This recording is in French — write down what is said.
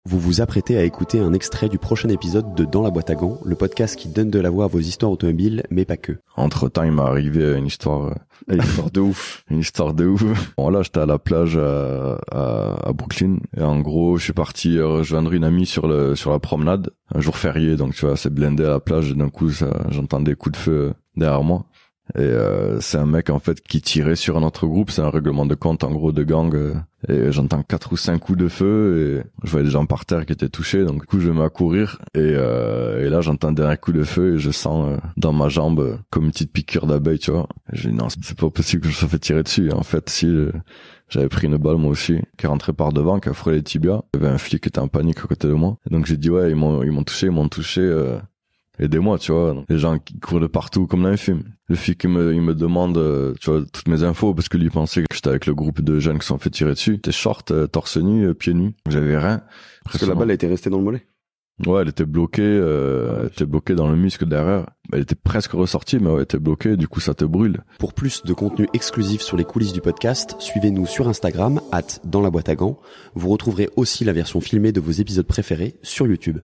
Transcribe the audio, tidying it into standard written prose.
Vous vous apprêtez à écouter un extrait du prochain épisode de Dans la boîte à gants, le podcast qui donne de la voix à vos histoires automobiles, mais pas que. Entre-temps, il m'est arrivé une histoire de ouf. Une histoire de ouf. Bon, là, j'étais à la plage à Brooklyn. Et en gros, je suis parti rejoindre une amie sur la promenade. Un jour férié, donc tu vois, c'est blindé à la plage. Et d'un coup, j'entends des coups de feu derrière moi. Et c'est un mec en fait qui tirait sur un autre groupe, c'est un règlement de compte en gros de gang, et j'entends 4 ou 5 coups de feu et je voyais des gens par terre qui étaient touchés, donc du coup je me mets à courir et là j'entends un dernier coup de feu et je sens dans ma jambe comme une petite piqûre d'abeille, tu vois. Et je dis non, c'est pas possible que je me sois fait tirer dessus. Et en fait si j'avais pris une balle moi aussi qui est rentrée par devant, qui a frôlé les tibias. Il y avait un flic qui était en panique à côté de moi, et donc j'ai dit ouais, ils m'ont touché, aidez-moi, tu vois. Donc, les gens qui courent de partout comme dans un film. Le flic, il me demande, tu vois, toutes mes infos parce que lui pensait que j'étais avec le groupe de jeunes qui se sont fait tirer dessus. J'étais short, torse nu, pieds nus. J'avais rien. Parce que la balle était restée dans le mollet. Ouais, elle était bloquée, elle était bloquée dans le muscle derrière. Elle était presque ressortie, mais elle était bloquée, du coup ça te brûle. Pour plus de contenu exclusif sur les coulisses du podcast, suivez-nous sur Instagram, @danslaboîteagants. Vous retrouverez aussi la version filmée de vos épisodes préférés sur YouTube.